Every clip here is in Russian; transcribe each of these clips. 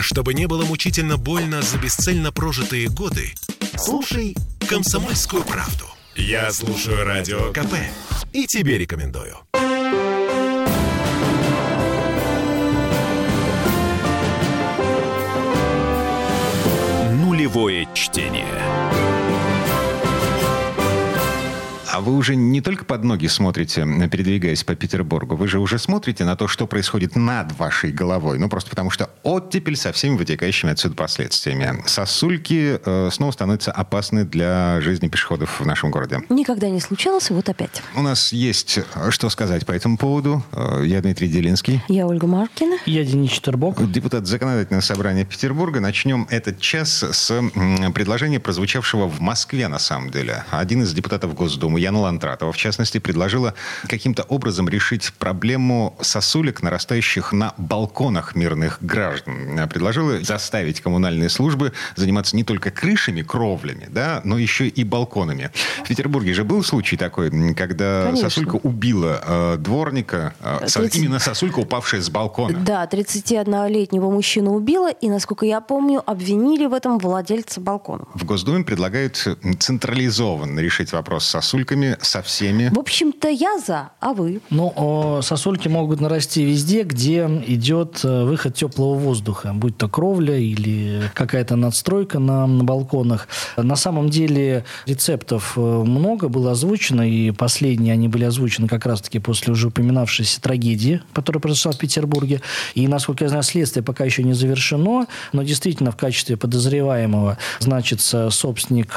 Чтобы не было мучительно больно за бесцельно прожитые годы, слушай «Комсомольскую правду». Я слушаю Радио КП и тебе рекомендую. Нулевое чтение. А вы уже не только под ноги смотрите, передвигаясь по Петербургу, вы же уже смотрите на то, что происходит над вашей головой. Ну, просто потому что оттепель со всеми вытекающими отсюда последствиями. Сосульки снова становятся опасны для жизни пешеходов в нашем городе. Никогда не случалось, и вот опять. У нас есть что сказать по этому поводу. Я Дмитрий Делинский. Я Ольга Маркина. Я Денис Четербок. Депутат Законодательного собрания Петербурга. Начнем этот час с предложения, прозвучавшего в Москве, на самом деле. Один из депутатов Госдумы, Яна Лантратова, в частности, предложила каким-то образом решить проблему сосулек, нарастающих на балконах мирных граждан. Предложила заставить коммунальные службы заниматься не только крышами, кровлями, да, но еще и балконами. В Петербурге же был случай такой, когда Конечно. сосулька убила дворника, именно сосулька, упавшая с балкона. Да, 31-летнего мужчину убила, и, насколько я помню, обвинили в этом владельца балкона. В Госдуме предлагают централизованно решить вопрос с сосульками со всеми. В общем-то, я за, а вы? Ну, сосульки могут нарасти везде, где идет выход теплого воздуха, будь то кровля или какая-то надстройка на балконах. На самом деле рецептов много было озвучено, и последние они были озвучены как раз-таки после уже упоминавшейся трагедии, которая произошла в Петербурге. И, насколько я знаю, следствие пока еще не завершено, но действительно в качестве подозреваемого значится собственник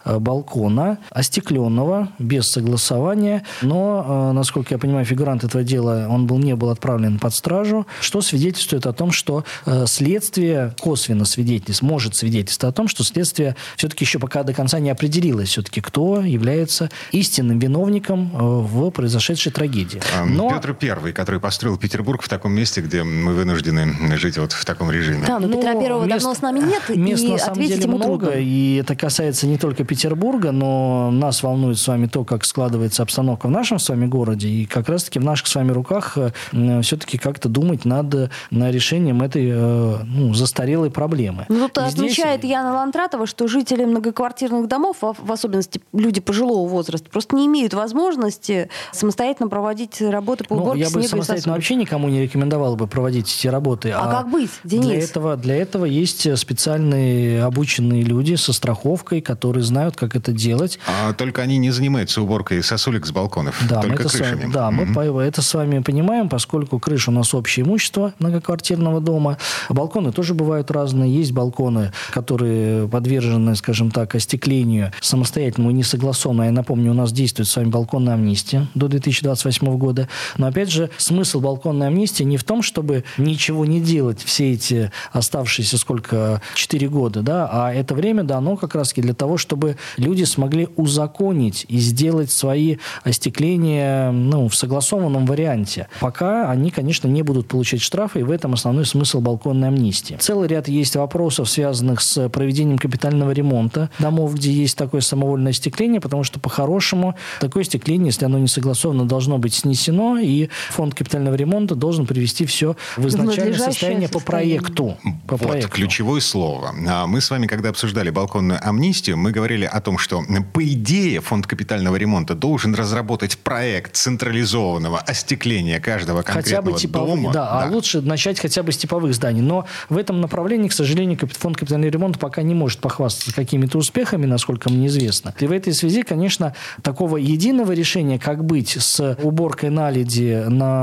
балкона, остекленного, без согласования, но, насколько я понимаю, фигурант этого дела, он не был отправлен под стражу, что свидетельствует о том, что следствие косвенно может свидетельствовать о том, что следствие все-таки еще пока до конца не определилось, все-таки кто является истинным виновником в произошедшей трагедии. Но... Петр I, который построил Петербург в таком месте, где мы вынуждены жить вот в таком режиме. Да, но Петра I давно с нами нет, мест и на самом ответить деле ему много, трудно. и это касается не только Петербурга, но нас волнует с вами то, как складывается обстановка в нашем с вами городе, и как раз-таки в наших с вами руках все-таки как-то думать над решением этой застарелой проблемы. Ну, тут отмечает Яна Лантратова, что жители многоквартирных домов, в особенности люди пожилого возраста, просто не имеют возможности самостоятельно проводить работы по уборке я бы снега и самостоятельно сосулек. вообще никому не рекомендовал бы проводить эти работы. А как быть, Денис? Для этого есть специальные обученные люди со страховкой, которые знают, как это делать. Только они не занимаются уборкой сосулек с балконов, Да, только мы крышами. Мы это с вами понимаем, поскольку крыша у нас общее имущество многоквартирного дома. Балконы тоже бывают разные. Есть балконы, которые подвержены, скажем так, остеклению самостоятельному и несогласованному. Я напомню, у нас действует с вами балконная амнистия до 2028 года. Но, опять же, смысл балконной амнистии не в том, чтобы ничего не делать все эти оставшиеся 4 года, да, а это время дано как раз-таки для того, чтобы люди смогли узаконить и сделать свои остекления в согласованном варианте. Пока они, конечно, не будут получать штрафы, и в этом основной смысл балконной амнистии. Целый ряд есть вопросов, связанных с проведением капитального ремонта домов, где есть такое самовольное остекление, потому что, по-хорошему, такое остекление, если оно не согласовано, должно быть снесено, и фонд капитального ремонта должен привести все в изначальное состояние по проекту. Ключевое слово. Мы с вами, когда обсуждали балконную амнистию, мы говорили о том, что, по идее, фонд капитального ремонта должен разработать проект централизованного остекления каждого конкретного дома. Да, а лучше начать хотя бы с типовых зданий. Но в этом направлении, к сожалению, фонд капитального ремонта пока не может похвастаться какими-то успехами, насколько мне известно. И в этой связи, конечно, такого единого решения, как быть с уборкой наледи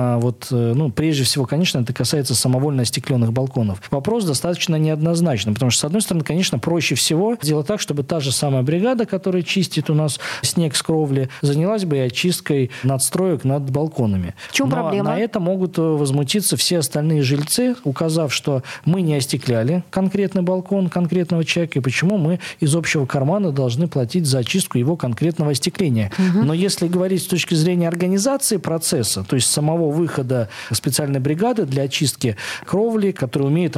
прежде всего, конечно, это касается самовольно остекленных балконов. Вопрос достаточно неоднозначный, потому что, с одной стороны, конечно, проще всего сделать так, чтобы та же самая бригада, которая чистит у нас снег с кровли, занялась бы и очисткой надстроек над балконами. В чем проблема? На это могут возмутиться все остальные жильцы, указав, что мы не остекляли конкретный балкон конкретного человека, и почему мы из общего кармана должны платить за очистку его конкретного остекления. Угу. Но если говорить с точки зрения организации процесса, то есть самого выхода специальной бригады для очистки кровли, которая умеет работать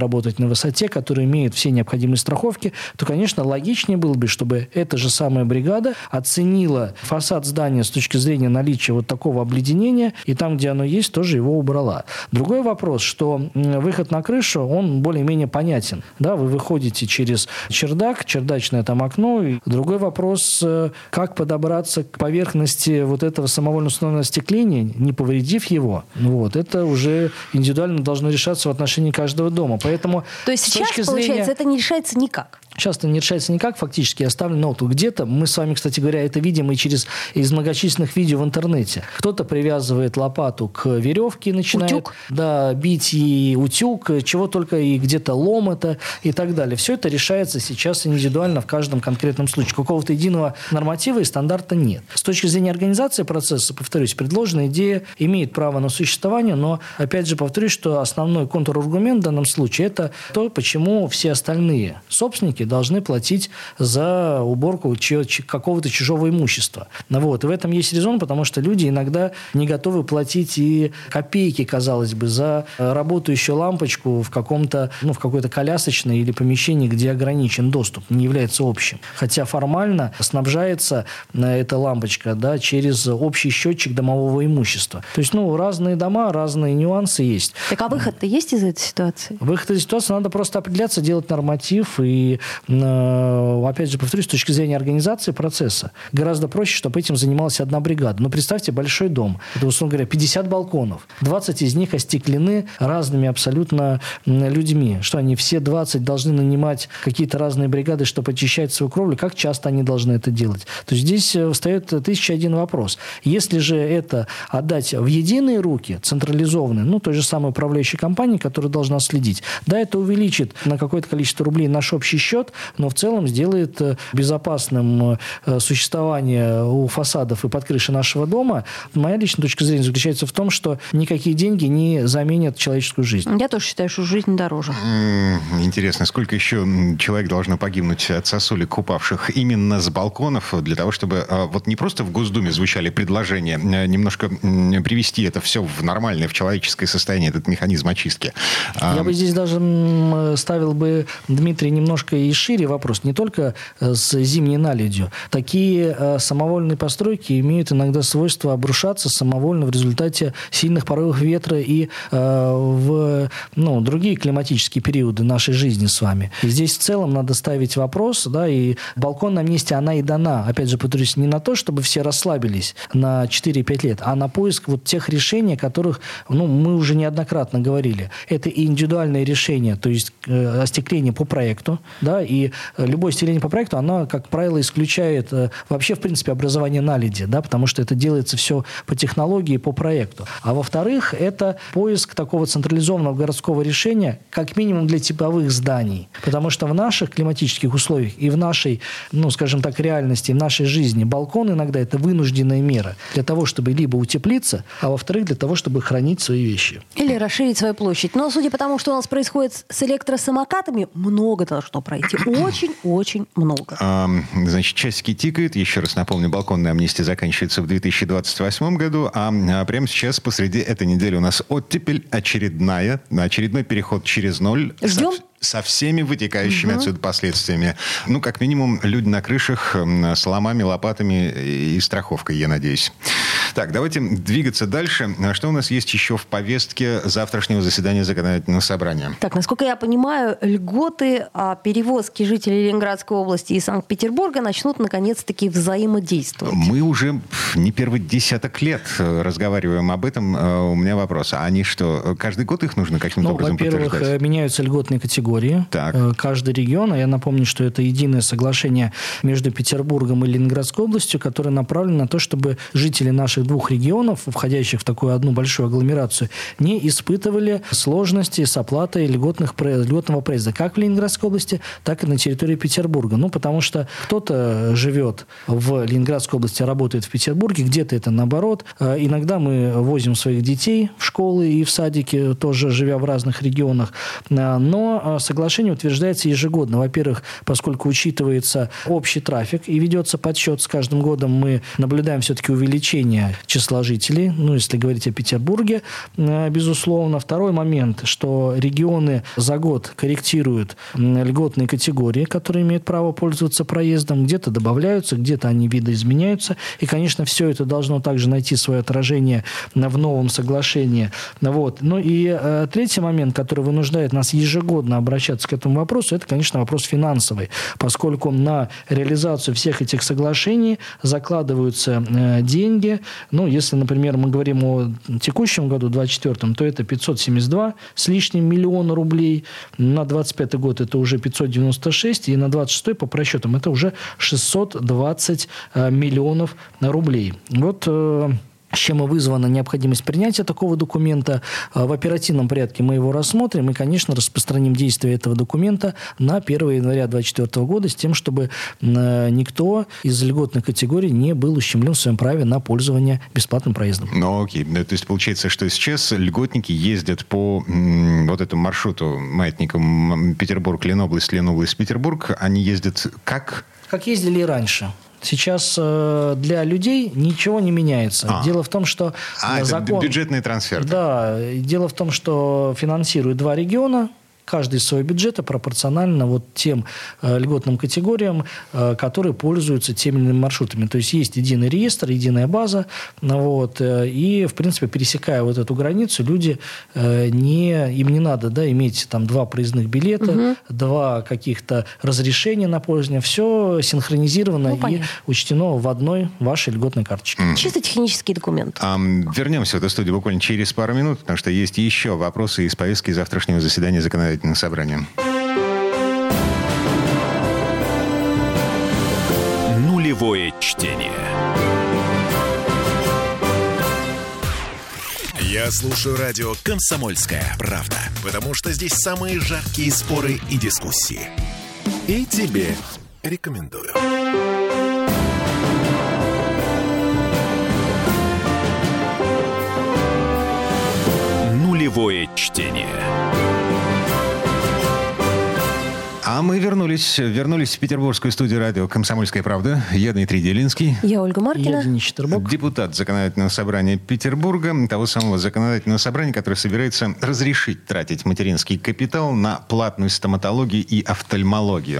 разной высоте, которые имеют все необходимые страховки, то, конечно, логичнее было бы, чтобы эта же самая бригада оценила фасад здания с точки зрения наличия вот такого обледенения, и там, где оно есть, тоже его убрала. Другой вопрос, что выход на крышу, он более-менее понятен. Да, вы выходите через чердак, чердачное там окно. И другой вопрос, как подобраться к поверхности вот этого самовольно установленного остекления, не повредив его. Вот, это уже индивидуально должно решаться в отношении каждого дома. Поэтому, то есть сейчас, получается, это не решается никак? Сейчас это не решается никак, фактически оставлено вот где-то. Мы с вами, кстати говоря, это видим и из многочисленных видео в интернете. Кто-то привязывает лопату к веревке и начинает бить и утюг, чего только, и где-то лом это и так далее. Все это решается сейчас индивидуально в каждом конкретном случае. Какого-то единого норматива и стандарта нет. С точки зрения организации процесса, повторюсь, предложенная идея имеет право на существование, но, опять же, повторюсь, что основной контраргумент в данном случае – это то, почему все остальные собственники должны платить за уборку какого-то чужого имущества. Вот. И в этом есть резон, потому что люди иногда не готовы платить и копейки, казалось бы, за работающую лампочку в каком-то, в какой-то колясочной или помещении, где ограничен доступ, не является общим. Хотя формально снабжается эта лампочка через общий счетчик домового имущества. То есть, разные дома, разные нюансы есть. Так а выход-то есть из этой ситуации? Выход из ситуации надо просто определяться, делать норматив и, опять же, повторюсь, с точки зрения организации процесса, гораздо проще, чтобы этим занималась одна бригада. Но представьте, большой дом. Это, условно говоря, 50 балконов. 20 из них остеклены разными абсолютно людьми. Что они все 20 должны нанимать какие-то разные бригады, чтобы очищать свою кровлю? Как часто они должны это делать? То есть здесь встает 1001 вопрос. Если же это отдать в единые руки, централизованные, той же самой управляющей компании, которая должна следить, это увеличит на какое-то количество рублей наш общий счет, но в целом сделает безопасным существование у фасадов и под крышей нашего дома. Моя личная точка зрения заключается в том, что никакие деньги не заменят человеческую жизнь. Я тоже считаю, что жизнь дороже. Интересно, сколько еще человек должно погибнуть от сосулек упавших именно с балконов для того, чтобы вот не просто в Госдуме звучали предложения, немножко привести это все в нормальное, в человеческое состояние, этот механизм очистки. Я бы здесь даже ставил бы, Дмитрий, немножко и шире вопрос, не только с зимней наледью. Такие самовольные постройки имеют иногда свойство обрушаться самовольно в результате сильных порывов ветра и в другие климатические периоды нашей жизни с вами. И здесь в целом надо ставить вопрос, и балкон на месте, она и дана. Опять же, повторюсь, не на то, чтобы все расслабились на 4-5 лет, а на поиск вот тех решений, о которых мы уже неоднократно говорили. Это и индивидуальные решения, то есть остекление по проекту, и любое остекление по проекту, оно, как правило, исключает вообще, в принципе, образование наледи, потому что это делается все по технологии, по проекту. А во-вторых, это поиск такого централизованного городского решения, как минимум для типовых зданий. Потому что в наших климатических условиях и в нашей, скажем так, реальности, в нашей жизни балкон иногда это вынужденная мера для того, чтобы либо утеплиться, а во-вторых, для того, чтобы хранить свои вещи. Или расширить свою площадь. Но судя по тому, что у нас происходит с электросамокатами, много должно пройти. Очень-очень много. Значит, часики тикают. Еще раз напомню, балконная амнистия заканчивается в 2028 году, а прямо сейчас посреди этой недели у нас оттепель очередной переход через ноль. Ждем? Со всеми вытекающими отсюда последствиями. Как минимум, люди на крышах с ломами, лопатами и страховкой, я надеюсь. Так, давайте двигаться дальше. Что у нас есть еще в повестке завтрашнего заседания законодательного собрания? Так, насколько я понимаю, льготы о перевозке жителей Ленинградской области и Санкт-Петербурга начнут наконец-таки взаимодействовать. Мы уже не первый десяток лет разговариваем об этом. У меня вопрос. А они что, каждый год их нужно каким-то образом подтверждать? Во-первых, меняются льготные категории. Так. Каждый регион, а я напомню, что это единое соглашение между Петербургом и Ленинградской областью, которое направлено на то, чтобы жители наших двух регионов, входящих в такую одну большую агломерацию, не испытывали сложности с оплатой льготного проезда как в Ленинградской области, так и на территории Петербурга. Потому что кто-то живет в Ленинградской области, а работает в Петербурге, где-то это наоборот. Иногда мы возим своих детей в школы и в садики, тоже живя в разных регионах. Но соглашение утверждается ежегодно. Во-первых, поскольку учитывается общий трафик и ведется подсчет, с каждым годом мы наблюдаем все-таки увеличение числа жителей, если говорить о Петербурге, безусловно. Второй момент, что регионы за год корректируют льготные категории, которые имеют право пользоваться проездом, где-то добавляются, где-то они видоизменяются. И, конечно, все это должно также найти свое отражение в новом соглашении. И третий момент, который вынуждает нас ежегодно обращаться к этому вопросу, это, конечно, вопрос финансовый, поскольку на реализацию всех этих соглашений закладываются деньги. Если, например, мы говорим о текущем году, 2024, то это 572 с лишним миллиона рублей. На 2025 год это уже 596, и на 2026 по просчетам это уже 620 миллионов рублей. С чем и вызвана необходимость принятия такого документа. В оперативном порядке мы его рассмотрим и, конечно, распространим действие этого документа на 1 января 2024 года с тем, чтобы никто из льготных категорий не был ущемлен в своем праве на пользование бесплатным проездом. Окей. То есть получается, что сейчас льготники ездят по этому маршруту маятником Петербург-Ленобласть, Ленобласть-Петербург. Они ездят как? Как ездили и раньше. Сейчас для людей ничего не меняется. Дело в том, что закон... это бюджетный трансфер. Да. Дело в том, что финансируют два региона, каждый из своего бюджета пропорционально тем льготным категориям, которые пользуются теми или иными маршрутами. То есть есть единый реестр, единая база. И, в принципе, пересекая эту границу, люди им не надо иметь два проездных билета, два каких-то разрешения на пользование. Все синхронизировано и учтено в одной вашей льготной карточке. Чисто технический документ. Вернемся в эту студию буквально через пару минут, потому что есть еще вопросы из повестки завтрашнего заседания законодательного собрания. Нулевое чтение. Я слушаю радио «Комсомольская правда», потому что здесь самые жаркие споры и дискуссии. И тебе рекомендую. Нулевое чтение. А мы вернулись в петербургскую студию радио «Комсомольская правда». Я Дмитрий Делинский. Я Ольга Маркина. Я Денис Четербок. Депутат Законодательного собрания Петербурга, того самого законодательного собрания, которое собирается разрешить тратить материнский капитал на платную стоматологию и офтальмологию.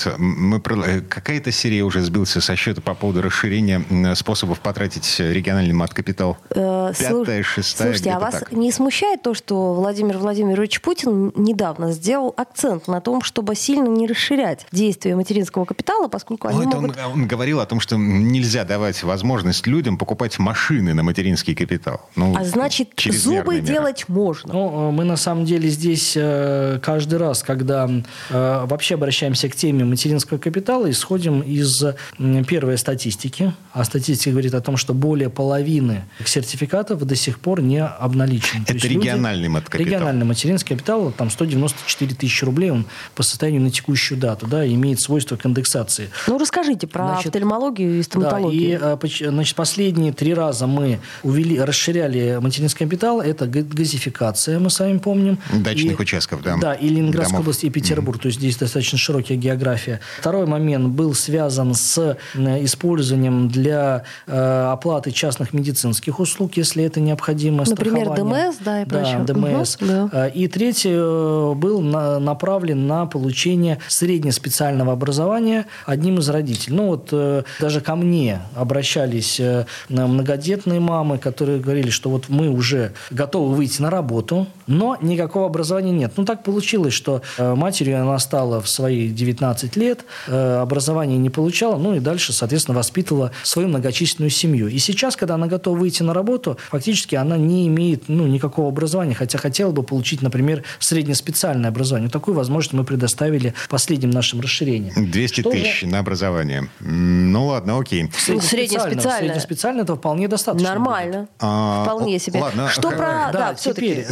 Какая-то серия уже сбился со счета по поводу расширения способов потратить региональный мат-капитал. Пятая, шестая. Слушайте, а вас не смущает то, что Владимир Владимирович Путин недавно сделал акцент на том, чтобы сильно не расширять действие материнского капитала, поскольку они могут... Он говорил о том, что нельзя давать возможность людям покупать машины на материнский капитал. Значит, зубы делать можно. Мы на самом деле здесь каждый раз, когда вообще обращаемся к теме материнского капитала, исходим из первой статистики. А статистика говорит о том, что более половины сертификатов до сих пор не обналичены. Это региональный материнский капитал. Региональный материнский капитал, 194 тысячи рублей, он по состоянию на текущую дату, имеет свойство к индексации. Расскажите про офтальмологию и стоматологию. Последние 3 раза мы расширяли материнский капитал. Это газификация, мы с вами помним. Дачных участков, да. Да, и Ленинградская область, и Петербург. То есть здесь достаточно широкая география. Второй момент был связан с использованием для оплаты частных медицинских услуг, если это необходимо. Например, ДМС, и прочее. Да, ДМС. И третий был направлен на получение среднеспециального образования одним из родителей. Даже ко мне обращались многодетные мамы, которые говорили, что мы уже готовы выйти на работу, но никакого образования нет. Так получилось, что матерью она стала в свои 19 лет, образования не получала, и дальше, соответственно, воспитывала свою многочисленную семью. И сейчас, когда она готова выйти на работу, фактически она не имеет никакого образования, хотя хотела бы получить, например, среднеспециальное образование. Такую возможность мы предоставили в последнем нашем расширении. 200 тысяч на образование. Ладно, окей. Среднеспециально это вполне достаточно. Нормально. Вполне себе. Ладно. Что про... Теперь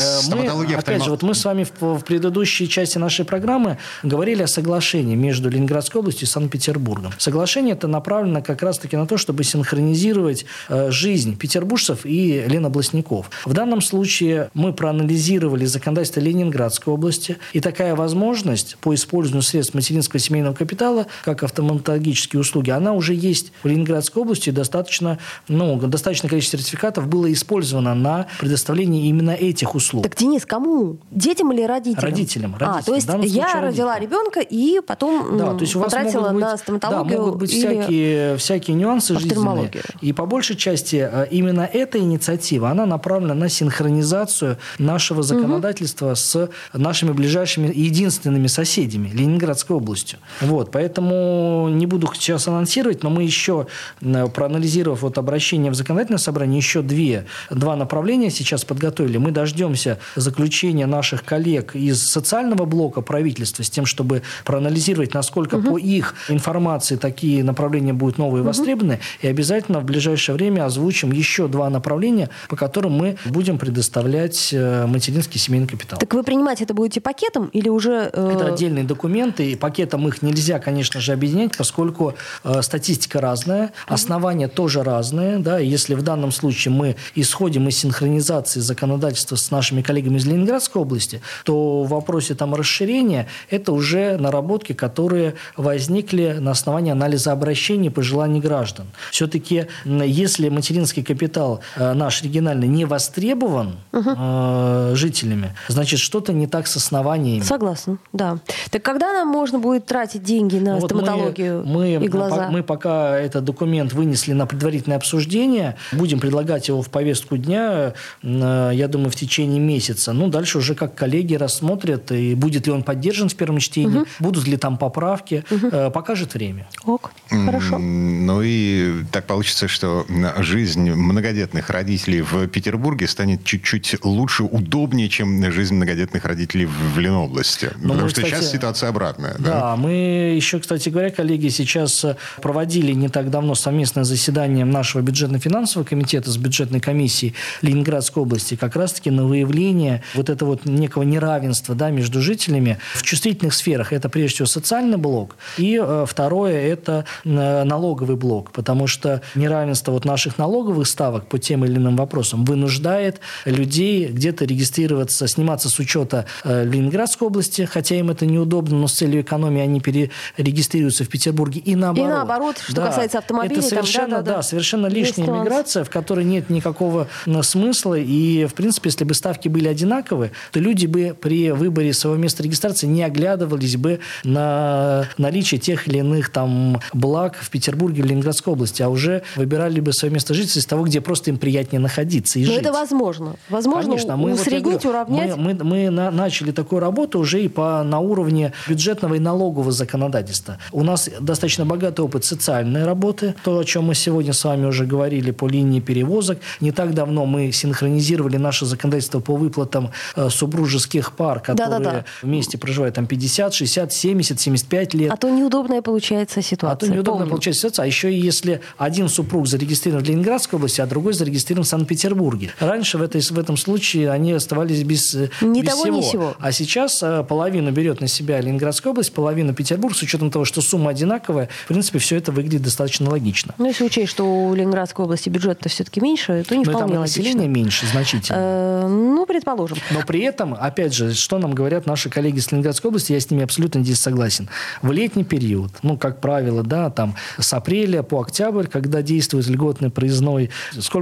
мы с вами в предыдущей части нашей программы говорили о соглашении между Ленинградской областью и Санкт-Петербургом. Соглашение это направлено как раз-таки на то, чтобы синхронизировать жизнь петербуржцев и ленобластников. В данном случае мы проанализировали законодательство Ленинградской области, и такая возможность по исполнению использованию средств материнского семейного капитала, как автоматологические услуги, она уже есть в Ленинградской области. Достаточное количество сертификатов было использовано на предоставление именно этих услуг. Так, Денис, кому? Детям или родителям? Родителям. То есть я родила ребенка и потом то есть у вас потратила могут быть, на стоматологию. могут быть всякие нюансы жизненные. И по большей части именно эта инициатива, она направлена на синхронизацию нашего законодательства с нашими ближайшими единственными соседями, Ленинградской областью. Поэтому не буду сейчас анонсировать, но мы еще, проанализировав обращение в законодательное собрание, еще два направления сейчас подготовили. Мы дождемся заключения наших коллег из социального блока правительства с тем, чтобы проанализировать, насколько по их информации такие направления будут новые и востребованы, и обязательно в ближайшее время озвучим еще два направления, по которым мы будем предоставлять материнский семейный капитал. Так вы принимать это будете пакетом или уже... Это отдельные документы, и пакетом их нельзя, конечно же, объединять, поскольку статистика разная, основания тоже разные. Да, и если в данном случае мы исходим из синхронизации законодательства с нашими коллегами из Ленинградской области, то в вопросе расширения это уже наработки, которые возникли на основании анализа обращений и пожеланий граждан. Все-таки, если материнский капитал наш региональный не востребован жителями, значит, что-то не так с основаниями. Согласна, да. Так когда нам можно будет тратить деньги на стоматологию и глаза? Мы пока этот документ вынесли на предварительное обсуждение, будем предлагать его в повестку дня, я думаю, в течение месяца. Дальше уже как коллеги рассмотрят, и будет ли он поддержан в первом чтении, будут ли там поправки, покажет время. Хорошо. И так получится, что жизнь многодетных родителей в Петербурге станет чуть-чуть лучше, удобнее, чем жизнь многодетных родителей в Ленобласти. Потому что сейчас ситуация обратная. Да, мы еще, кстати говоря, коллеги, сейчас проводили не так давно совместное заседание нашего бюджетно-финансового комитета с бюджетной комиссией Ленинградской области как раз-таки на выявление этого некого неравенства между жителями в чувствительных сферах. Это прежде всего социальный блок. И второе – это налоговый блок. Потому что неравенство наших налоговых ставок по тем или иным вопросам вынуждает людей где-то регистрироваться, сниматься с учета Ленинградской области, хотя им это неудобно, но с целью экономии они перерегистрируются в Петербурге. И наоборот. Что касается автомобилей. Это совершенно лишняя миграция, в которой нет никакого смысла. И, в принципе, если бы ставки были одинаковы, то люди бы при выборе своего места регистрации не оглядывались бы на наличие тех или иных благ в Петербурге, в Ленинградской области, а уже выбирали бы свое место жительства из того, где просто им приятнее находиться и жить. Но это возможно. Возможно, конечно, усреднить, уравнять. Мы начали такую работу уже и на уровне бюджетного и налогового законодательства. У нас достаточно богатый опыт социальной работы, то, о чем мы сегодня с вами уже говорили по линии перевозок. Не так давно мы синхронизировали наше законодательство по выплатам супружеских пар, которые вместе проживают 50, 60, 70, 75 лет. А то неудобная получается ситуация. А еще и если один супруг зарегистрирован в Ленинградской области, а другой зарегистрирован в Санкт-Петербурге. Раньше в этом случае они оставались без всего. А сейчас половину берет на себя Ленинградская область, половину Петербург, с учетом того, что сумма одинаковая. В принципе, все это выглядит достаточно логично. Если учесть, что у Ленинградской области бюджет-то все-таки меньше, то не вполне логично. Население меньше, значительно. Предположим. Но при этом, опять же, что нам говорят наши коллеги с Ленинградской области, я с ними абсолютно здесь согласен. В летний период, как правило, с апреля по октябрь, когда действует льготный проездной,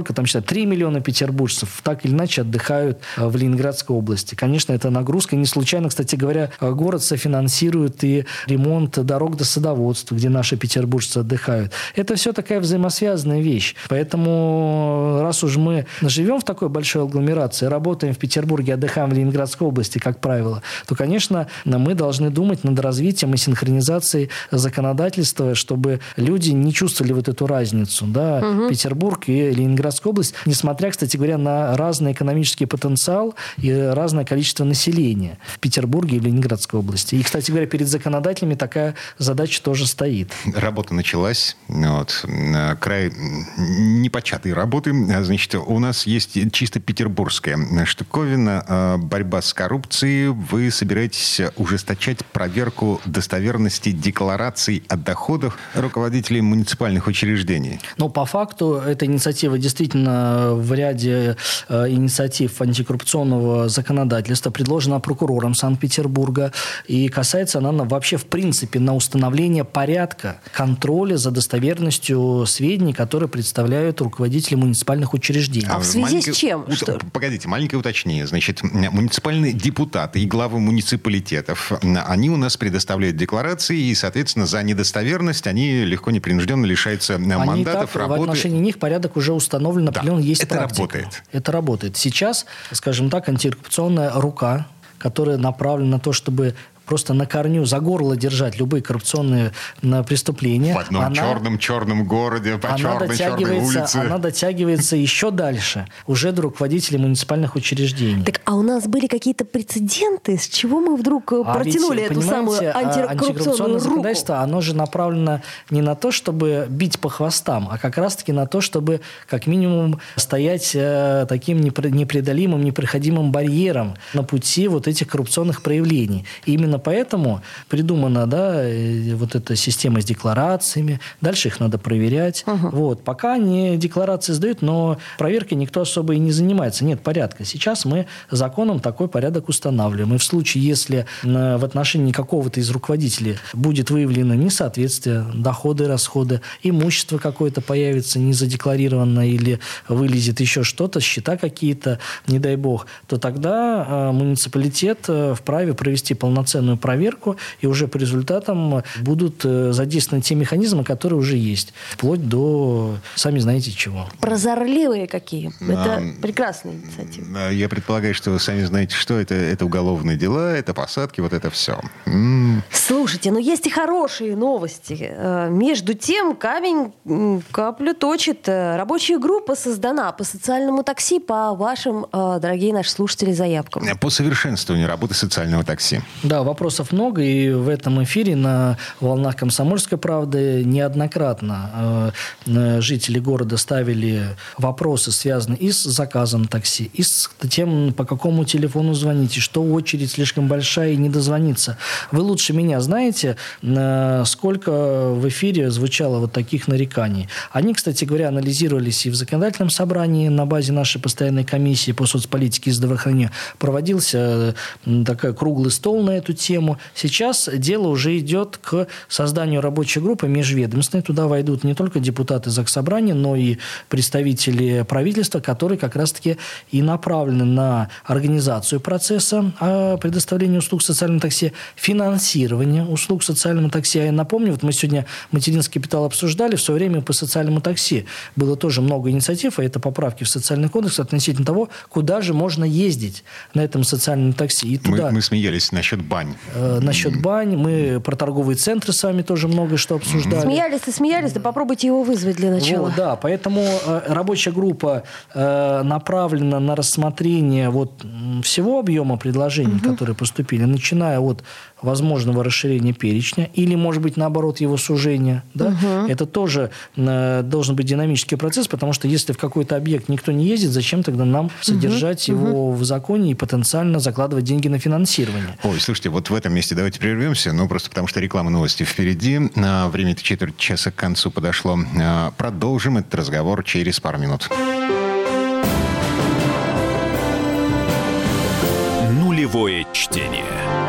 3 миллиона петербуржцев так или иначе отдыхают в Ленинградской области. Конечно, это нагрузка. Не случайно, кстати говоря, город софинансирует и ремонт дорог до садоводства, где наши петербуржцы отдыхают. Это все такая взаимосвязанная вещь. Поэтому, раз уж мы живем в такой большой агломерации, работаем в Петербурге, отдыхаем в Ленинградской области, как правило, то, конечно, мы должны думать над развитием и синхронизацией законодательства, чтобы люди не чувствовали эту разницу. Петербург и Ленинградская область, несмотря, кстати говоря, на разный экономический потенциал и разное количество населения в Петербурге и Ленинградской области. И, кстати говоря, перед законодателями такая задача тоже стоит. Работа началась. Край непочатой работы. Значит, у нас есть чисто петербургская штуковина. Борьба с коррупцией. Вы собираетесь ужесточать проверку достоверности деклараций о доходах руководителей муниципальных учреждений. Но по факту эта инициатива действительно в ряде инициатив антикоррупционного законодательства предложена прокурором Санкт-Петербурга. И касается она вообще в принципе на установление порядка контроля за достоверностью сведений, которые представляют руководители муниципальных учреждений. А в связи с чем? Погодите, маленькое уточнение. Значит, муниципальные депутаты и главы муниципалитетов, они у нас предоставляют декларации, и, соответственно, за недостоверность они легко, непринужденно лишаются мандатов, работы. В отношении них порядок уже установлен, определен, есть это практика. Работает. Это работает. Сейчас, скажем так, антикоррупционная рука, которая направлена на то, чтобы просто на корню за горло держать любые коррупционные преступления. В одном черном городе, по черной улице. Она дотягивается еще дальше, уже до руководителей муниципальных учреждений. Так, а у нас были какие-то прецеденты, с чего мы вдруг протянули эту самую антикоррупционную руку? Законодательство, оно же направлено не на то, чтобы бить по хвостам, а как раз-таки на то, чтобы как минимум стоять таким непреодолимым, непроходимым барьером на пути вот этих коррупционных проявлений. И именно поэтому придумана, вот эта система с декларациями. Дальше их надо проверять. Вот. Пока они декларации сдают, но проверкой никто особо и не занимается. Нет порядка. Сейчас мы законом такой порядок устанавливаем. И в случае, если в отношении какого-то из руководителей будет выявлено несоответствие, доходы, расходы, имущество какое-то появится незадекларированное или вылезет еще что-то, счета какие-то, не дай бог, то тогда муниципалитет вправе провести полноценную проверку, и уже по результатам будут задействованы те механизмы, которые уже есть, вплоть до, сами знаете, чего. Прозорливые какие. Это прекрасная инициатива. Я предполагаю, что вы сами знаете, что это уголовные дела, это посадки, вот это все. Слушайте, но есть и хорошие новости. Между тем, камень каплю точит. Рабочая группа создана по социальному такси, по вашим, дорогие наши слушатели, заявкам. По совершенствованию работы социального такси. Да, вопросов много, и в этом эфире на волнах «Комсомольской правды» неоднократно жители города ставили вопросы, связанные и с заказом такси, и с тем, по какому телефону звоните, что очередь слишком большая и не дозвониться. Вы лучше меня знаете, сколько в эфире звучало вот таких нареканий. Они, кстати говоря, анализировались и в законодательном собрании на базе нашей постоянной комиссии по соцполитике и здравоохранению. Проводился такой круглый стол на эту тему. Сейчас дело уже идет к созданию рабочей группы межведомственной. Туда войдут не только депутаты Заксобрания, но и представители правительства, которые как раз-таки и направлены на организацию процесса предоставления услуг социального такси, финансирование услуг социального такси. Я напомню, вот мы сегодня материнский капитал обсуждали, в свое время по социальному такси было тоже много инициатив, а это поправки в социальный кодекс относительно того, куда же можно ездить на этом социальном такси. И туда... мы смеялись насчет бань. Насчет бань. Мы про торговые центры с вами тоже много что обсуждали. Смеялись, да попробуйте его вызвать для начала. Вот, да, поэтому рабочая группа направлена на рассмотрение всего объема предложений, которые поступили, начиная от возможного расширения перечня или, может быть, наоборот, его сужения. Да? Это тоже должен быть динамический процесс, потому что если в какой-то объект никто не ездит, зачем тогда нам содержать его в законе и потенциально закладывать деньги на финансирование? Ой, слушайте, вот в этом месте давайте прервемся, просто потому что реклама, новости впереди. Время-то четверть часа к концу подошло. Продолжим этот разговор через пару минут. Нулевое чтение.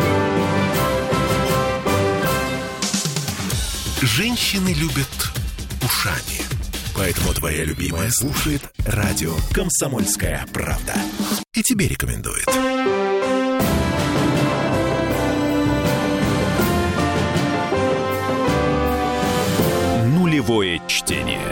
Женщины любят ушами. Поэтому твоя любимая слушает радио «Комсомольская правда». И тебе рекомендует. Нулевое чтение.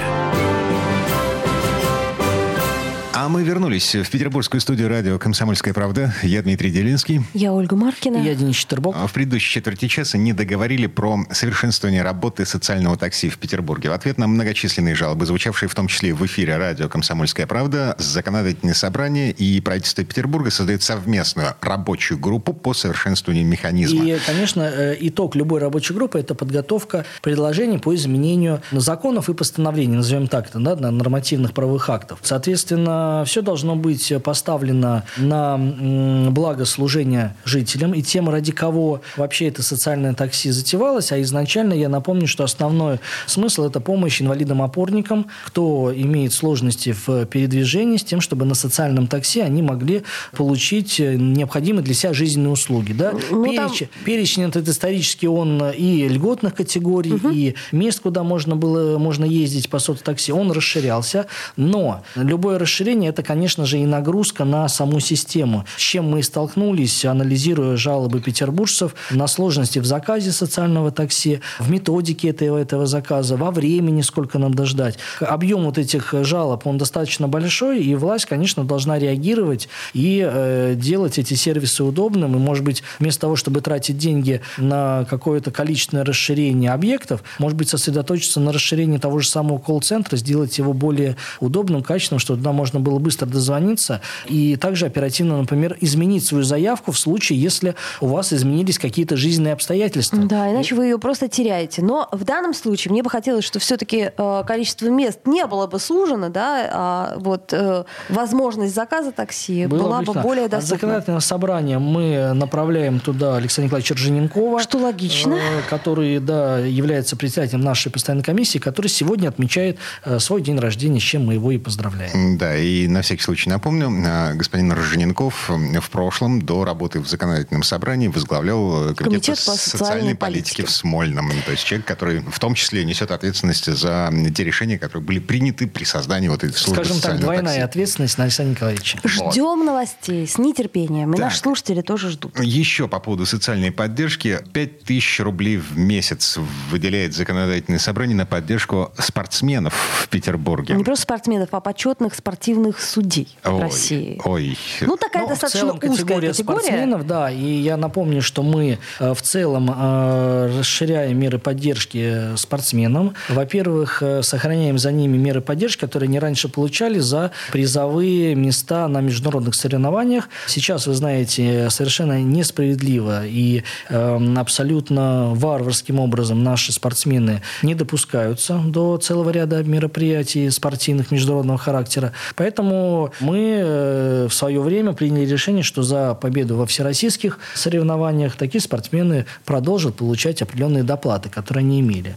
А мы вернулись в петербургскую студию радио «Комсомольская правда». Я Дмитрий Делинский. Я Ольга Маркина. Я Денис Четербок. В предыдущей четверти часа не договорили про совершенствование работы социального такси в Петербурге. В ответ на многочисленные жалобы, звучавшие в том числе в эфире радио «Комсомольская правда», законодательное собрание и правительство Петербурга создают совместную рабочую группу по совершенствованию механизма. И, конечно, итог любой рабочей группы – это подготовка предложений по изменению законов и постановлений, назовем так, нормативных правовых актов. Соответственно, все должно быть поставлено на благо служения жителям и тем, ради кого вообще это социальное такси затевалось. А изначально я напомню, что основной смысл – это помощь инвалидам-опорникам, кто имеет сложности в передвижении, с тем, чтобы на социальном такси они могли получить необходимые для себя жизненные услуги. Да? Перечень этот исторически он и льготных категорий, и мест, куда можно ездить по соцтакси, он расширялся. Но любое расширение – это, конечно же, и нагрузка на саму систему. С чем мы столкнулись, анализируя жалобы петербуржцев на сложности в заказе социального такси, в методике этого заказа, во времени, сколько надо ждать. Объем вот этих жалоб, он достаточно большой, и власть, конечно, должна реагировать и делать эти сервисы удобным. И, может быть, вместо того, чтобы тратить деньги на какое-то количественное расширение объектов, может быть, сосредоточиться на расширении того же самого колл-центра, сделать его более удобным, качественным, чтобы туда можно было быстро дозвониться и также оперативно, например, изменить свою заявку в случае, если у вас изменились какие-то жизненные обстоятельства. Да, иначе вы ее просто теряете. Но в данном случае мне бы хотелось, что все-таки количество мест не было бы сужено, да, а возможность заказа такси была бы более доступна. От законодательного собрания мы направляем туда Александра Николаевича Ржененкова, что логично, который, является председателем нашей постоянной комиссии, который сегодня отмечает свой день рождения, с чем мы его и поздравляем. Да, и на всякий случай напомню, господин Ржененков в прошлом, до работы в законодательном собрании, возглавлял комитет по социальной политике в Смольном. То есть человек, который в том числе несет ответственность за те решения, которые были приняты при создании вот этой службы социального такси. Скажем так, двойная ответственность на Александра Николаевича. Ждем новостей с нетерпением. И наши слушатели тоже ждут. Еще по поводу социальной поддержки. 5000 рублей в месяц выделяет законодательное собрание на поддержку спортсменов в Петербурге. Не просто спортсменов, а почетных спортивных судей в России. Такая достаточно узкая категория спортсменов, да. И я напомню, что мы в целом расширяем меры поддержки спортсменам. Во-первых, сохраняем за ними меры поддержки, которые они раньше получали за призовые места на международных соревнованиях. Сейчас, вы знаете, совершенно несправедливо и абсолютно варварским образом наши спортсмены не допускаются до целого ряда мероприятий спортивных международного характера. Поэтому мы в свое время приняли решение, что за победу во всероссийских соревнованиях такие спортсмены продолжат получать определенные доплаты, которые они имели.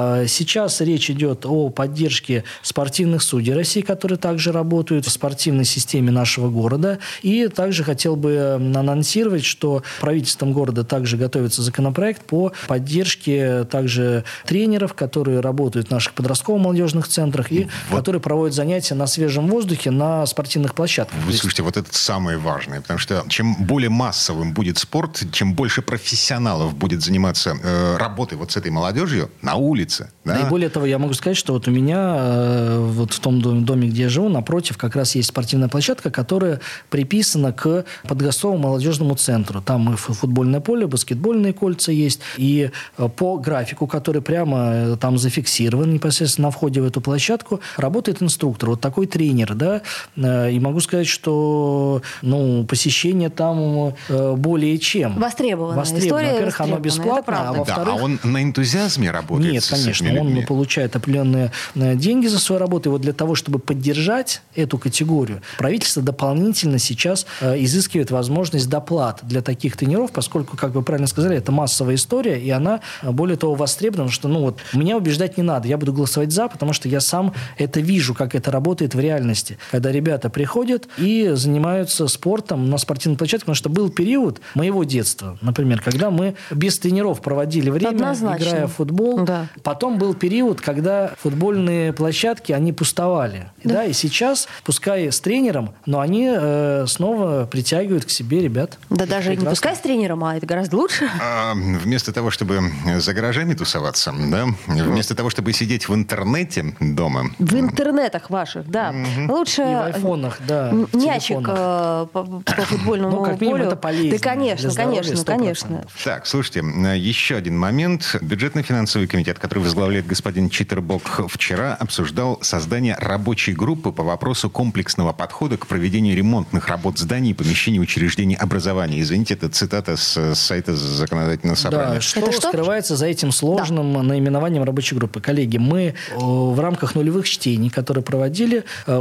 Сейчас речь идет о поддержке спортивных судей России, которые также работают в спортивной системе нашего города. И также хотел бы анонсировать, что правительством города также готовится законопроект по поддержке также тренеров, которые работают в наших подростково-молодежных центрах и которые проводят занятия на свежем воздухе на спортивных площадках. Вы слушайте, вот это самое важное, потому что чем более массовым будет спорт, чем больше профессионалов будет заниматься работой вот с этой молодежью на улице. Да? И более того, я могу сказать, что вот у меня вот в том доме, где я живу, напротив как раз есть спортивная площадка, которая приписана к подростковому молодежному центру. Там и футбольное поле, баскетбольные кольца есть. И по графику, который прямо там зафиксирован непосредственно на входе в эту площадку, работает инструктор, вот такой тренер, да. И могу сказать, что посещение там более чем востребованная история. Во-первых, оно бесплатно, а во-вторых... Да, а он на энтузиазме работает? Нет, конечно, он получает определенные деньги за свою работу. И вот для того, чтобы поддержать эту категорию, правительство дополнительно сейчас изыскивает возможность доплат для таких тренеров, поскольку, как вы правильно сказали, это массовая история, и она, более того, востребована, что меня убеждать не надо, я буду голосовать за, потому что я сам это вижу, как это работает в реальности. Когда ребята приходят и занимаются спортом на спортивной площадке, потому что был период моего детства, например, когда мы без тренеров проводили время, играя в футбол. Да. Потом был период, когда футбольные площадки, они пустовали. Да. И сейчас, пускай с тренером, но они снова притягивают к себе ребят. Да даже не пускай с тренером, а это гораздо лучше. Вместо того, чтобы за гаражами тусоваться, да, вместо того, чтобы сидеть в интернете дома. В интернетах ваших, да. Лучше... И в айфонах, да. Мячик по футбольному как минимум, полю. это полезнее. Да, конечно. Так, слушайте, еще один момент. Бюджетно-финансовый комитет, который возглавляет господин Читербок, вчера обсуждал создание рабочей группы по вопросу комплексного подхода к проведению ремонтных работ зданий и помещений учреждений образования. Извините, это цитата с сайта законодательного собрания. Да, что скрывается за этим сложным наименованием рабочей группы? Коллеги, мы в рамках нулевых чтений, которые проводили, выявили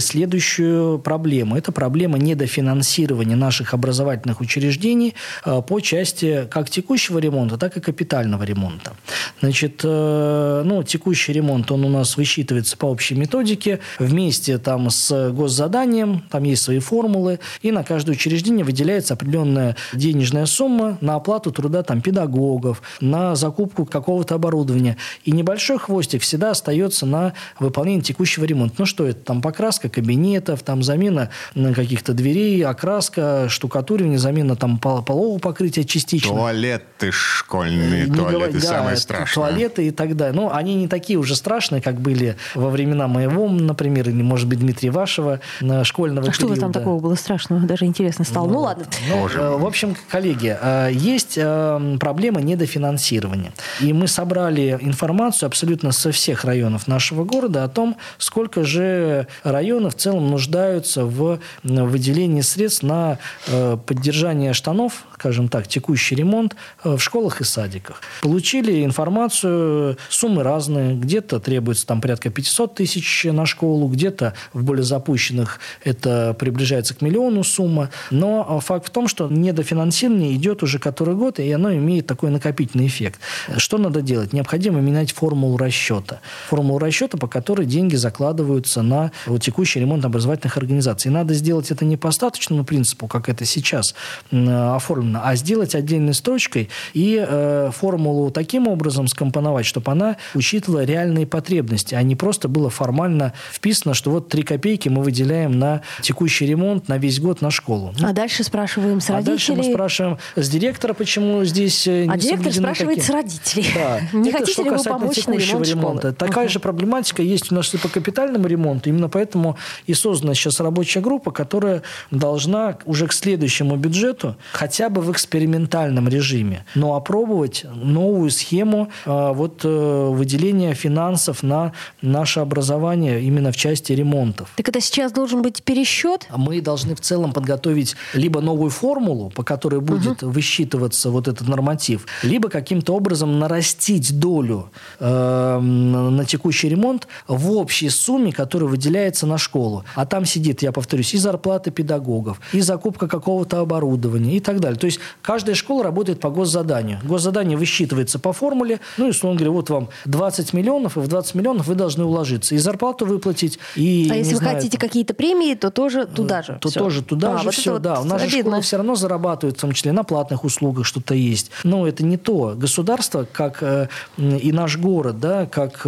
следующую проблему. Это проблема недофинансирования наших образовательных учреждений по части как текущего ремонта, так и капитального ремонта. Значит, текущий ремонт, он у нас высчитывается по общей методике, вместе там с госзаданием, там есть свои формулы, и на каждое учреждение выделяется определенная денежная сумма на оплату труда там, педагогов, на закупку какого-то оборудования. И небольшой хвостик всегда остается на выполнение текущего ремонта. Ну, что это? Там покраска кабинетов, там замена каких-то дверей, окраска, штукатуривание, замена там полового покрытия частично. Туалеты школьные, туалеты самые страшные. Туалеты и так далее. Ну, они не такие уже страшные, как были во времена моего, например, или, может быть, Дмитрия вашего школьного периода. Что вы там такого было страшного? Даже интересно стало. Ну ладно. В общем, коллеги, есть проблема недофинансирования. И мы собрали информацию абсолютно со всех районов нашего города о том, сколько же районов в целом нуждаются в выделении средств на поддержание штанов, скажем так, текущий ремонт в школах и садиках. Получили информацию, суммы разные. Где-то требуется там порядка 500 тысяч на школу, где-то в более запущенных это приближается к 1 миллиону сумма. Но факт в том, что недофинансирование идет уже который год, и оно имеет такой накопительный эффект. Что надо делать? Необходимо менять формулу расчета. Формулу расчета, по которой деньги закладываются на текущий ремонт образовательных организаций. И надо сделать это не по остаточному принципу, как это сейчас оформлено, а сделать отдельной строчкой и формулу таким образом скомпоновать, чтобы она учитывала реальные потребности, а не просто было формально вписано, что вот 3 копейки мы выделяем на текущий ремонт на весь год на школу. А дальше спрашиваем с родителей. Дальше мы спрашиваем с директора, почему здесь не соблюдены директор спрашивает с родителей. Да. Не хотите ли вы помочь на ремонт школы? Такая же проблематика есть у нас и по капитальному ремонту. Именно поэтому и создана сейчас рабочая группа, которая должна уже к следующему бюджету хотя бы в экспериментальном режиме, но опробовать новую схему выделения финансов на наше образование именно в части ремонтов. Так это сейчас должен быть пересчет? Мы должны в целом подготовить либо новую формулу, по которой будет высчитываться вот этот норматив, либо каким-то образом нарастить долю на текущий ремонт в общей сумме, которая выделяется на школу. А там сидит, я повторюсь, и зарплаты педагогов, и закупка какого-то оборудования и так далее. То есть каждая школа работает по госзаданию. Госзадание высчитывается по формуле, и, условно говоря, вот вам 20 миллионов, и в 20 миллионов вы должны уложиться. И зарплату выплатить, и... А если вы хотите какие-то премии, то тоже туда же. Тоже туда же все. Да, у нас же школы все равно зарабатывают, в том числе на платных услугах что-то есть. Но это не то. Государство, как и наш город, да, как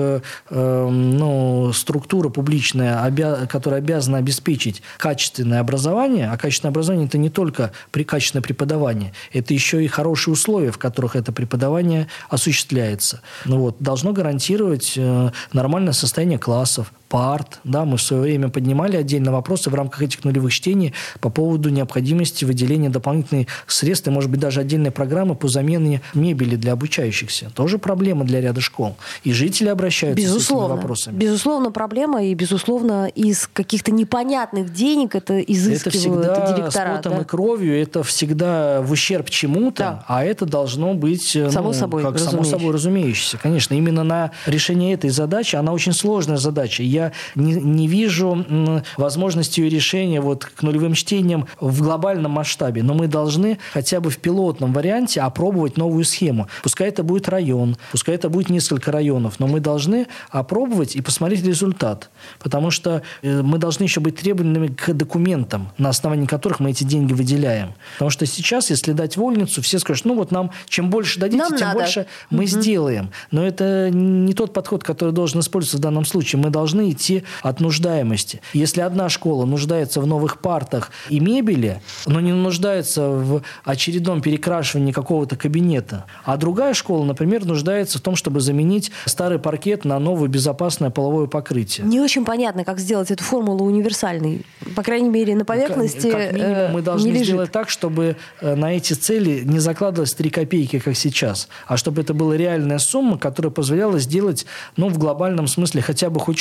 структура публичная, которая обязана обеспечить качественное образование, а качественное образование – это не только качественное преподавание, это еще и хорошие условия, в которых это преподавание осуществляется. Должно гарантировать нормальное состояние классов, парт. Да, мы в свое время поднимали отдельно вопросы в рамках этих нулевых чтений по поводу необходимости выделения дополнительных средств и, может быть, даже отдельной программы по замене мебели для обучающихся. Тоже проблема для ряда школ. И жители обращаются с этими вопросами. Безусловно, проблема, и, безусловно, из каких-то непонятных денег это изыскивают директора. Это всегда с потом и кровью, это всегда в ущерб чему-то, а это должно быть само собой разумеющееся. Конечно, именно на решение этой задачи, она очень сложная задача. Я не вижу возможности ее решения к нулевым чтениям в глобальном масштабе. Но мы должны хотя бы в пилотном варианте опробовать новую схему. Пускай это будет район, пускай это будет несколько районов, но мы должны опробовать и посмотреть результат. Потому что мы должны еще быть требовательными к документам, на основании которых мы эти деньги выделяем. Потому что сейчас, если дать вольницу, все скажут, нам чем больше дадите, тем больше мы сделаем. Но это не тот подход, который должен использоваться в данном случае. Мы должны идти от нуждаемости. Если одна школа нуждается в новых партах и мебели, но не нуждается в очередном перекрашивании какого-то кабинета, а другая школа, например, нуждается в том, чтобы заменить старый паркет на новое безопасное половое покрытие. Не очень понятно, как сделать эту формулу универсальной. По крайней мере, на поверхности как минимум мы должны сделать так, чтобы на эти цели не закладывалось 3 копейки, как сейчас, а чтобы это была реальная сумма, которая позволяла сделать, в глобальном смысле хотя бы хоть что-то.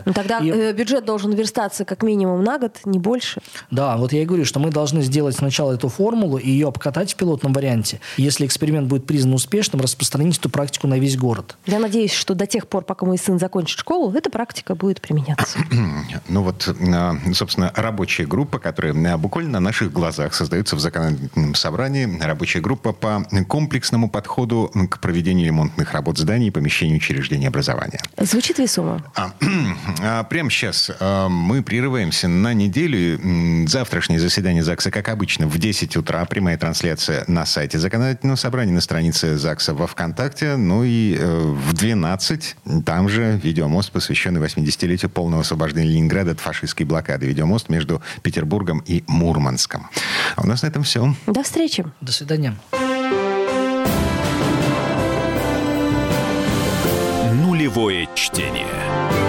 Тогда бюджет должен верстаться как минимум на год, не больше. Да, вот я и говорю, что мы должны сделать сначала эту формулу и ее обкатать в пилотном варианте. Если эксперимент будет признан успешным, распространить эту практику на весь город. Я надеюсь, что до тех пор, пока мой сын закончит школу, эта практика будет применяться. Ну вот, собственно, рабочая группа, которая буквально на наших глазах создается в законодательном собрании, рабочая группа по комплексному подходу к проведению ремонтных работ зданий и помещений учреждений образования. Звучит весомо. Прямо сейчас мы прерываемся на неделю. Завтрашнее заседание ЗАГСа, как обычно, в 10 утра. Прямая трансляция на сайте Законодательного собрания, на странице ЗАГСа во ВКонтакте. Ну и в 12 там же видеомост, посвященный 80-летию полного освобождения Ленинграда от фашистской блокады. Видеомост между Петербургом и Мурманском. А у нас на этом все. До встречи. До свидания. Нулевое чтение.